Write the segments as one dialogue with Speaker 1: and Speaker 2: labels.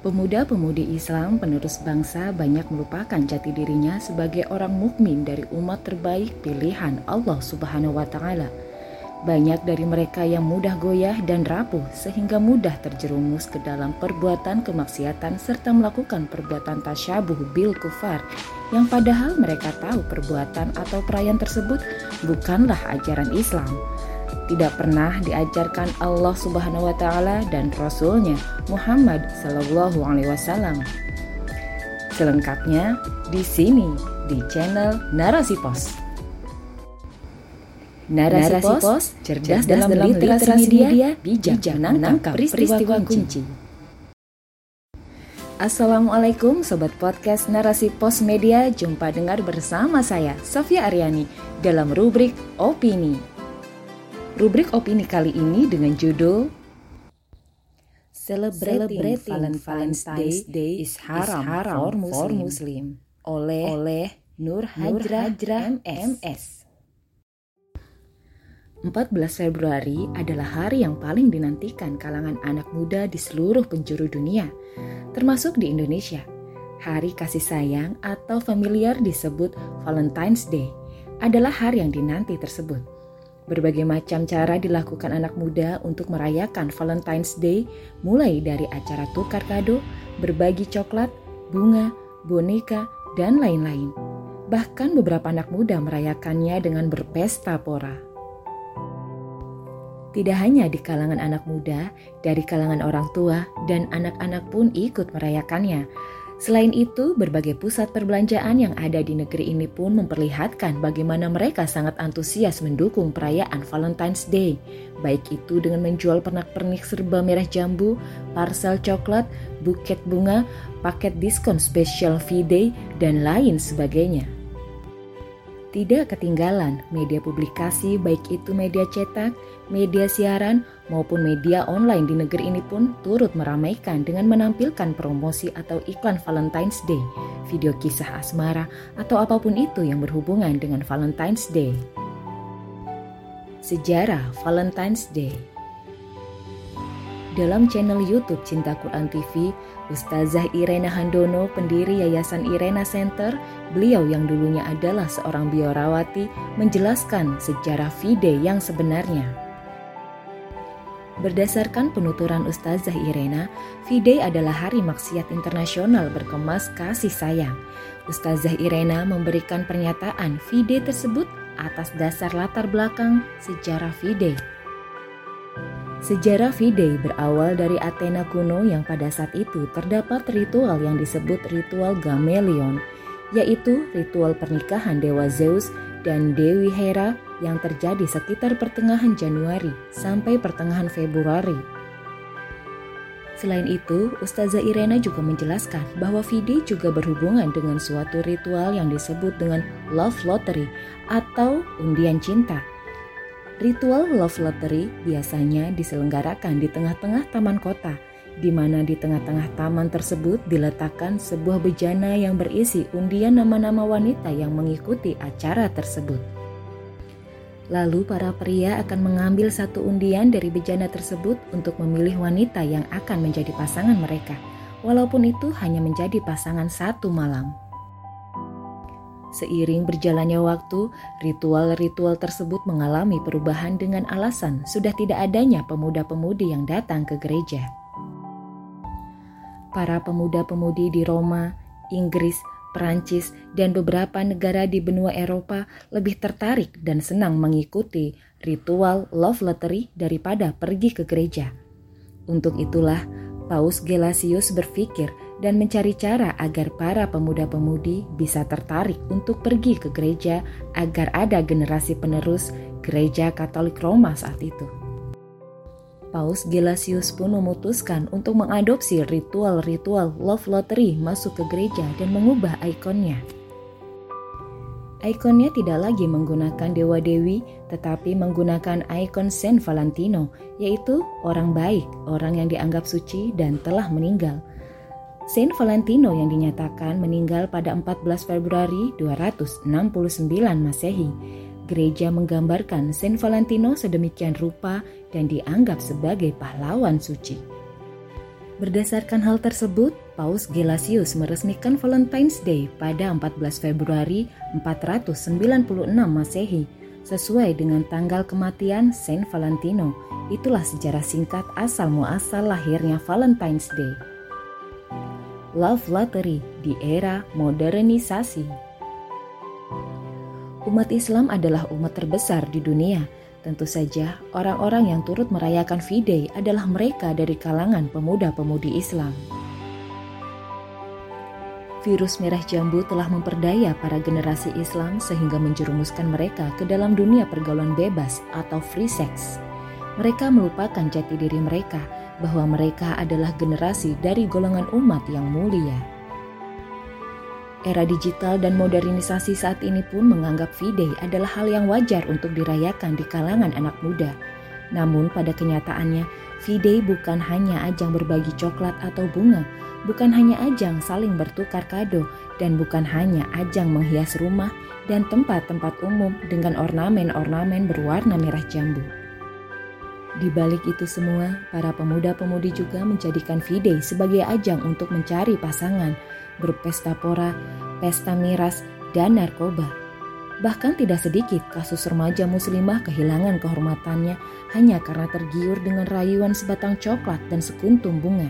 Speaker 1: Pemuda-pemudi Islam penerus bangsa banyak melupakan jati dirinya sebagai orang mukmin dari umat terbaik pilihan Allah Subhanahu wa Ta'ala. Banyak dari mereka yang mudah goyah dan rapuh sehingga mudah terjerumus ke dalam perbuatan kemaksiatan serta melakukan perbuatan tasyabuh bil kufar yang padahal mereka tahu perbuatan atau perayaan tersebut bukanlah ajaran Islam. Tidak pernah diajarkan Allah Subhanahu wa Ta'ala dan Rasulnya Muhammad Sallallahu Alaihi Wasallam. Selengkapnya di sini di channel Narasi Pos. Narasi Pos, cerdas dalam literasi media, bijak menangkap peristiwa kunci. Assalamualaikum Sobat Podcast Narasi Pos Media, jumpa dengar bersama saya Sofia Aryani dalam rubrik Opini. Rubrik opini kali ini dengan judul Celebrating Valentine's Day is haram for Muslim oleh Nur Hajrah MS. 14 Februari adalah hari yang paling dinantikan kalangan anak muda di seluruh penjuru dunia, termasuk di Indonesia. Hari kasih sayang atau familiar disebut Valentine's Day adalah hari yang dinanti tersebut. Berbagai macam cara dilakukan anak muda untuk merayakan Valentine's Day, mulai dari acara tukar kado, berbagi coklat, bunga, boneka, dan lain-lain. Bahkan beberapa anak muda merayakannya dengan berpesta pora. Tidak hanya di kalangan anak muda, dari kalangan orang tua dan anak-anak pun ikut merayakannya. Selain itu, berbagai pusat perbelanjaan yang ada di negeri ini pun memperlihatkan bagaimana mereka sangat antusias mendukung perayaan Valentine's Day, baik itu dengan menjual pernak-pernik serba merah jambu, parsel coklat, buket bunga, paket diskon spesial V-Day, dan lain sebagainya. Tidak ketinggalan, media publikasi baik itu media cetak, media siaran, maupun media online di negeri ini pun turut meramaikan dengan menampilkan promosi atau iklan Valentine's Day, video kisah asmara, atau apapun itu yang berhubungan dengan Valentine's Day. Sejarah Valentine's Day. Dalam channel YouTube Cinta Quran TV, Ustazah Irena Handono, pendiri Yayasan Irena Center, beliau yang dulunya adalah seorang biorawati, menjelaskan sejarah V-Day yang sebenarnya. Berdasarkan penuturan Ustazah Irena, V-Day adalah hari maksiat internasional berkemas kasih sayang. Ustazah Irena memberikan pernyataan V-Day tersebut atas dasar latar belakang sejarah V-Day. Sejarah V-Day berawal dari Athena kuno yang pada saat itu terdapat ritual yang disebut ritual Gamelion, yaitu ritual pernikahan Dewa Zeus dan Dewi Hera yang terjadi sekitar pertengahan Januari sampai pertengahan Februari. Selain itu, Ustazah Irena juga menjelaskan bahwa V-Day juga berhubungan dengan suatu ritual yang disebut dengan Love Lottery atau undian cinta. Ritual Love Lottery biasanya diselenggarakan di tengah-tengah taman kota, di mana di tengah-tengah taman tersebut diletakkan sebuah bejana yang berisi undian nama-nama wanita yang mengikuti acara tersebut. Lalu para pria akan mengambil satu undian dari bejana tersebut untuk memilih wanita yang akan menjadi pasangan mereka, walaupun itu hanya menjadi pasangan satu malam. Seiring berjalannya waktu, ritual-ritual tersebut mengalami perubahan dengan alasan sudah tidak adanya pemuda-pemudi yang datang ke gereja. Para pemuda-pemudi di Roma, Inggris, Perancis, dan beberapa negara di benua Eropa lebih tertarik dan senang mengikuti ritual Love Lottery daripada pergi ke gereja. Untuk itulah, Paus Gelasius berpikir dan mencari cara agar para pemuda-pemudi bisa tertarik untuk pergi ke gereja agar ada generasi penerus Gereja Katolik Roma saat itu. Paus Gelasius pun memutuskan untuk mengadopsi ritual-ritual Love Lottery masuk ke gereja dan mengubah ikonnya. Ikonnya tidak lagi menggunakan dewa-dewi, tetapi menggunakan ikon Saint Valentino, yaitu orang baik, orang yang dianggap suci dan telah meninggal. Saint Valentino yang dinyatakan meninggal pada 14 Februari 269 Masehi. Gereja menggambarkan Saint Valentino sedemikian rupa dan dianggap sebagai pahlawan suci. Berdasarkan hal tersebut, Paus Gelasius meresmikan Valentine's Day pada 14 Februari 496 Masehi, sesuai dengan tanggal kematian Saint Valentino. Itulah sejarah singkat asal-muasal lahirnya Valentine's Day. Love Lottery di era modernisasi. Umat Islam adalah umat terbesar di dunia. Tentu saja, orang-orang yang turut merayakan V-Day adalah mereka dari kalangan pemuda-pemudi Islam. Virus merah jambu telah memperdaya para generasi Islam sehingga menjerumuskan mereka ke dalam dunia pergaulan bebas atau free sex. Mereka melupakan jati diri mereka bahwa mereka adalah generasi dari golongan umat yang mulia. Era digital dan modernisasi saat ini pun menganggap V-Day adalah hal yang wajar untuk dirayakan di kalangan anak muda. Namun pada kenyataannya, V-Day bukan hanya ajang berbagi coklat atau bunga, bukan hanya ajang saling bertukar kado, dan bukan hanya ajang menghias rumah dan tempat-tempat umum dengan ornamen-ornamen berwarna merah jambu. Di balik itu semua, para pemuda-pemudi juga menjadikan V-Day sebagai ajang untuk mencari pasangan, berpesta pora, pesta miras, dan narkoba. Bahkan tidak sedikit kasus remaja muslimah kehilangan kehormatannya hanya karena tergiur dengan rayuan sebatang coklat dan sekuntum bunga.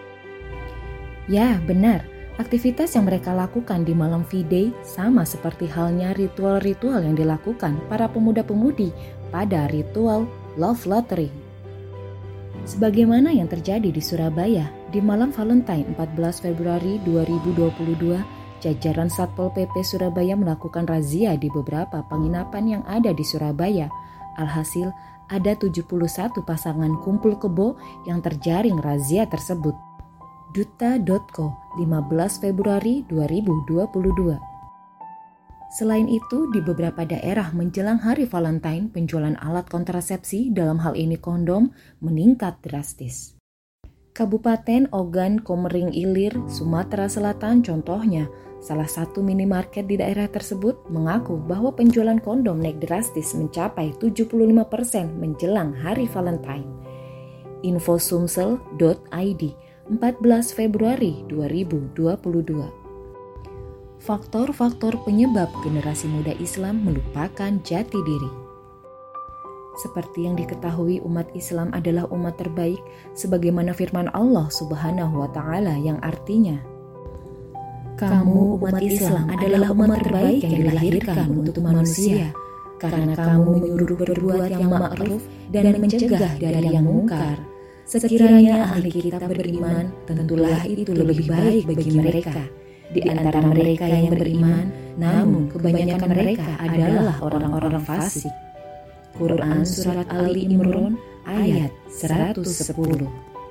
Speaker 1: Ya, benar, aktivitas yang mereka lakukan di malam V-Day sama seperti halnya ritual-ritual yang dilakukan para pemuda-pemudi pada ritual Love Lottery. Sebagaimana yang terjadi di Surabaya, di malam Valentine 14 Februari 2022, jajaran Satpol PP Surabaya melakukan razia di beberapa penginapan yang ada di Surabaya. Alhasil, ada 71 pasangan kumpul kebo yang terjaring razia tersebut. Duta.co 15 Februari 2022. Selain itu, di beberapa daerah menjelang hari Valentine, penjualan alat kontrasepsi, dalam hal ini kondom, meningkat drastis. Kabupaten Ogan Komering Ilir, Sumatera Selatan contohnya, salah satu minimarket di daerah tersebut mengaku bahwa penjualan kondom naik drastis mencapai 75% menjelang hari Valentine. Infosumsel.id 14 Februari 2022. Faktor-faktor penyebab generasi muda Islam melupakan jati diri. Seperti yang diketahui, umat Islam adalah umat terbaik sebagaimana firman Allah Subhanahu wa Ta'ala yang artinya, "Kamu umat Islam adalah umat terbaik yang dilahirkan untuk manusia, karena kamu menyuruh berbuat yang ma'ruf dan mencegah dari yang mungkar. Sekiranya ahli kitab beriman, tentulah itu lebih baik bagi mereka. Di antara mereka yang beriman, namun kebanyakan mereka adalah orang-orang fasik." Quran Surat Ali Imran ayat 110.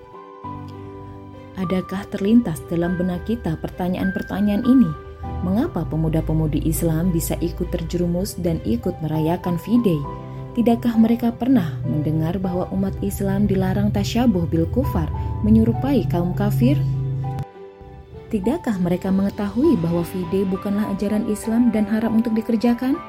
Speaker 1: Adakah terlintas dalam benak kita pertanyaan-pertanyaan ini? Mengapa pemuda-pemudi Islam bisa ikut terjerumus dan ikut merayakan V-Day? Tidakkah mereka pernah mendengar bahwa umat Islam dilarang tasyabuh bil kufar, menyerupai kaum kafir? Tidakkah mereka mengetahui bahwa V-Day bukanlah ajaran Islam dan haram untuk dikerjakan?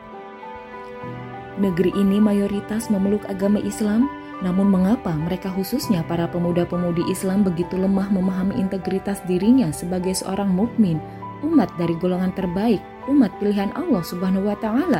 Speaker 1: Negeri ini mayoritas memeluk agama Islam, namun mengapa mereka khususnya para pemuda-pemudi Islam begitu lemah memahami integritas dirinya sebagai seorang mukmin, umat dari golongan terbaik, umat pilihan Allah Subhanahu wa Ta'ala?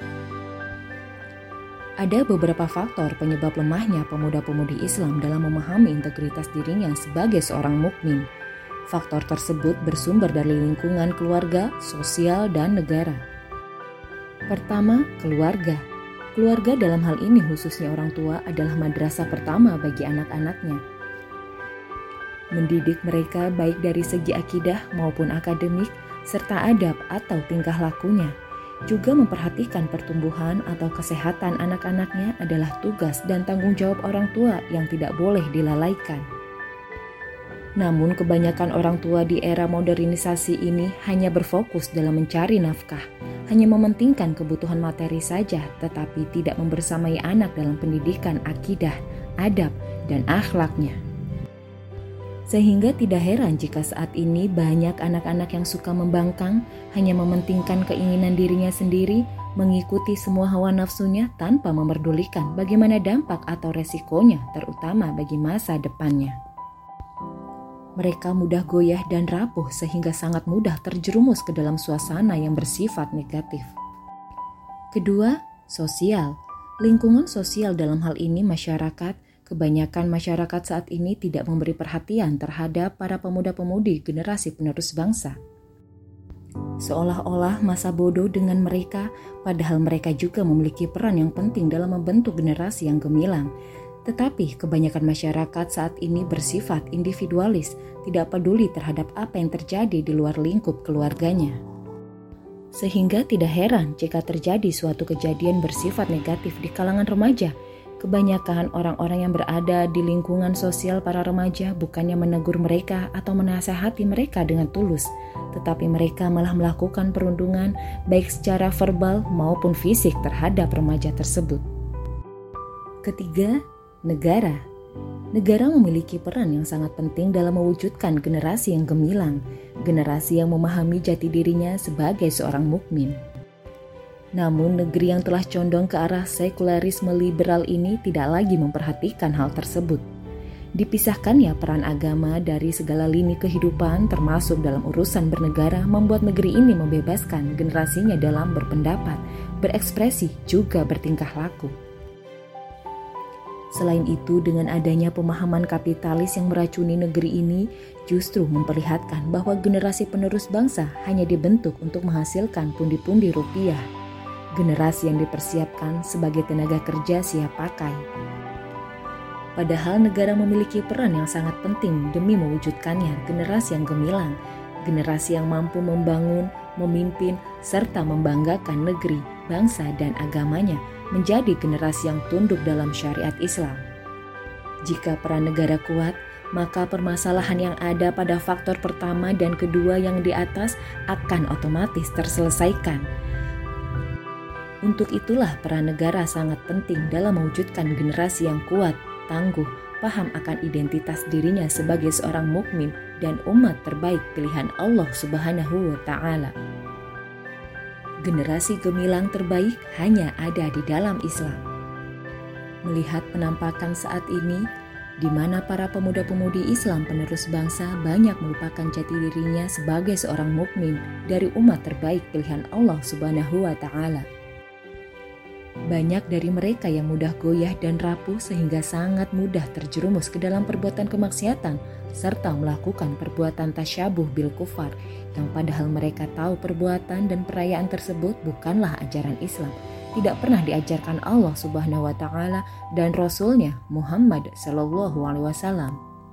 Speaker 1: Ada beberapa faktor penyebab lemahnya pemuda-pemudi Islam dalam memahami integritas dirinya sebagai seorang mukmin. Faktor tersebut bersumber dari lingkungan keluarga, sosial, dan negara. Pertama, keluarga. Keluarga dalam hal ini khususnya orang tua adalah madrasah pertama bagi anak-anaknya. Mendidik mereka baik dari segi akidah maupun akademik, serta adab atau tingkah lakunya. Juga memperhatikan pertumbuhan atau kesehatan anak-anaknya adalah tugas dan tanggung jawab orang tua yang tidak boleh dilalaikan. Namun kebanyakan orang tua di era modernisasi ini hanya berfokus dalam mencari nafkah, hanya mementingkan kebutuhan materi saja, tetapi tidak membersamai anak dalam pendidikan akidah, adab, dan akhlaknya. Sehingga tidak heran jika saat ini banyak anak-anak yang suka membangkang, hanya mementingkan keinginan dirinya sendiri, mengikuti semua hawa nafsunya tanpa memperdulikan bagaimana dampak atau resikonya, terutama bagi masa depannya. Mereka mudah goyah dan rapuh sehingga sangat mudah terjerumus ke dalam suasana yang bersifat negatif. Kedua, sosial. Lingkungan sosial dalam hal ini masyarakat. Kebanyakan masyarakat saat ini tidak memberi perhatian terhadap para pemuda-pemudi generasi penerus bangsa. Seolah-olah masa bodoh dengan mereka, padahal mereka juga memiliki peran yang penting dalam membentuk generasi yang gemilang. Tetapi kebanyakan masyarakat saat ini bersifat individualis, tidak peduli terhadap apa yang terjadi di luar lingkup keluarganya. Sehingga tidak heran jika terjadi suatu kejadian bersifat negatif di kalangan remaja. Kebanyakan orang-orang yang berada di lingkungan sosial para remaja bukannya menegur mereka atau menasehati mereka dengan tulus, tetapi mereka malah melakukan perundungan baik secara verbal maupun fisik terhadap remaja tersebut. Ketiga, negara. Negara memiliki peran yang sangat penting dalam mewujudkan generasi yang gemilang, generasi yang memahami jati dirinya sebagai seorang mukmin. Namun negeri yang telah condong ke arah sekularisme liberal ini tidak lagi memperhatikan hal tersebut. Dipisahkannya peran agama dari segala lini kehidupan termasuk dalam urusan bernegara membuat negeri ini membebaskan generasinya dalam berpendapat, berekspresi, juga bertingkah laku. Selain itu, dengan adanya pemahaman kapitalis yang meracuni negeri ini justru memperlihatkan bahwa generasi penerus bangsa hanya dibentuk untuk menghasilkan pundi-pundi rupiah. Generasi yang dipersiapkan sebagai tenaga kerja siap pakai. Padahal negara memiliki peran yang sangat penting demi mewujudkannya generasi yang gemilang, generasi yang mampu membangun, memimpin, serta membanggakan negeri, bangsa, dan agamanya menjadi generasi yang tunduk dalam syariat Islam. Jika peran negara kuat, maka permasalahan yang ada pada faktor pertama dan kedua yang di atas akan otomatis terselesaikan. Untuk itulah peran negara sangat penting dalam mewujudkan generasi yang kuat, tangguh, paham akan identitas dirinya sebagai seorang mukmin dan umat terbaik pilihan Allah Subhanahu wa Ta'ala. Generasi gemilang terbaik hanya ada di dalam Islam. Melihat penampakan saat ini, di mana para pemuda-pemudi Islam penerus bangsa banyak melupakan jati dirinya sebagai seorang mukmin dari umat terbaik pilihan Allah Subhanahu wa Ta'ala. Banyak dari mereka yang mudah goyah dan rapuh sehingga sangat mudah terjerumus ke dalam perbuatan kemaksiatan serta melakukan perbuatan tasyabuh bil kufar yang padahal mereka tahu perbuatan dan perayaan tersebut bukanlah ajaran Islam, tidak pernah diajarkan Allah Subhanahu wa Ta'ala dan Rasulnya Muhammad Sallallahu Alaihi Wasallam.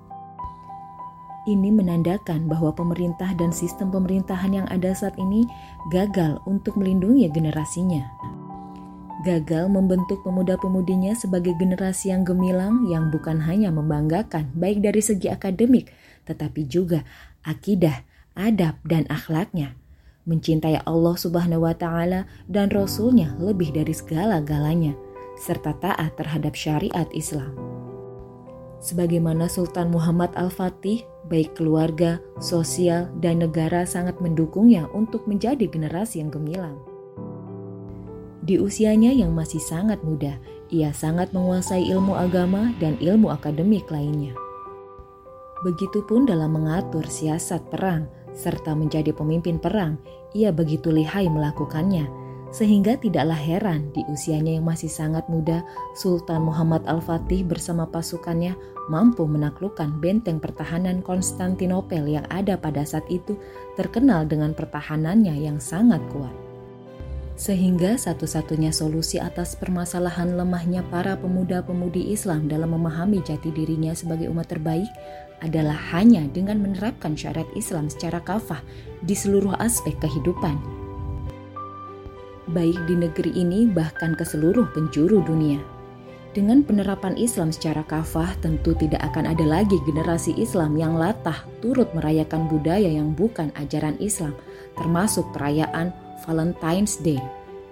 Speaker 1: Ini menandakan bahwa pemerintah dan sistem pemerintahan yang ada saat ini gagal untuk melindungi generasinya. Gagal membentuk pemuda-pemudinya sebagai generasi yang gemilang yang bukan hanya membanggakan baik dari segi akademik, tetapi juga akidah, adab, dan akhlaknya. Mencintai Allah Subhanahu wa Ta'ala dan Rasul-Nya lebih dari segala-galanya, serta taat terhadap syariat Islam. Sebagaimana Sultan Muhammad Al-Fatih, baik keluarga, sosial, dan negara sangat mendukungnya untuk menjadi generasi yang gemilang. Di usianya yang masih sangat muda, ia sangat menguasai ilmu agama dan ilmu akademik lainnya. Begitupun dalam mengatur siasat perang, serta menjadi pemimpin perang, ia begitu lihai melakukannya, sehingga tidaklah heran di usianya yang masih sangat muda, Sultan Muhammad Al-Fatih bersama pasukannya mampu menaklukkan benteng pertahanan Konstantinopel yang ada pada saat itu terkenal dengan pertahanannya yang sangat kuat. Sehingga satu-satunya solusi atas permasalahan lemahnya para pemuda-pemudi Islam dalam memahami jati dirinya sebagai umat terbaik adalah hanya dengan menerapkan syariat Islam secara kafah di seluruh aspek kehidupan. Baik di negeri ini bahkan ke seluruh penjuru dunia. Dengan penerapan Islam secara kafah tentu tidak akan ada lagi generasi Islam yang latah turut merayakan budaya yang bukan ajaran Islam, termasuk perayaan Valentine's Day.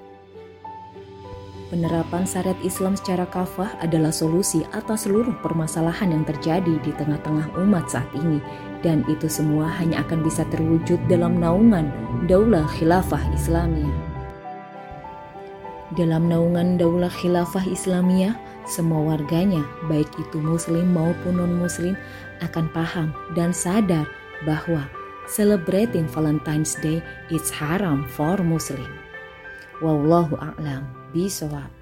Speaker 1: Penerapan syariat Islam secara kafah adalah solusi atas seluruh permasalahan yang terjadi di tengah-tengah umat saat ini, dan itu semua hanya akan bisa terwujud dalam naungan Daulah Khilafah Islamiyah. Dalam naungan Daulah Khilafah Islamiyah, semua warganya, baik itu muslim maupun non-muslim, akan paham dan sadar bahwa celebrating Valentine's Day is haram for Muslim. Wallahu a'lam bishawab.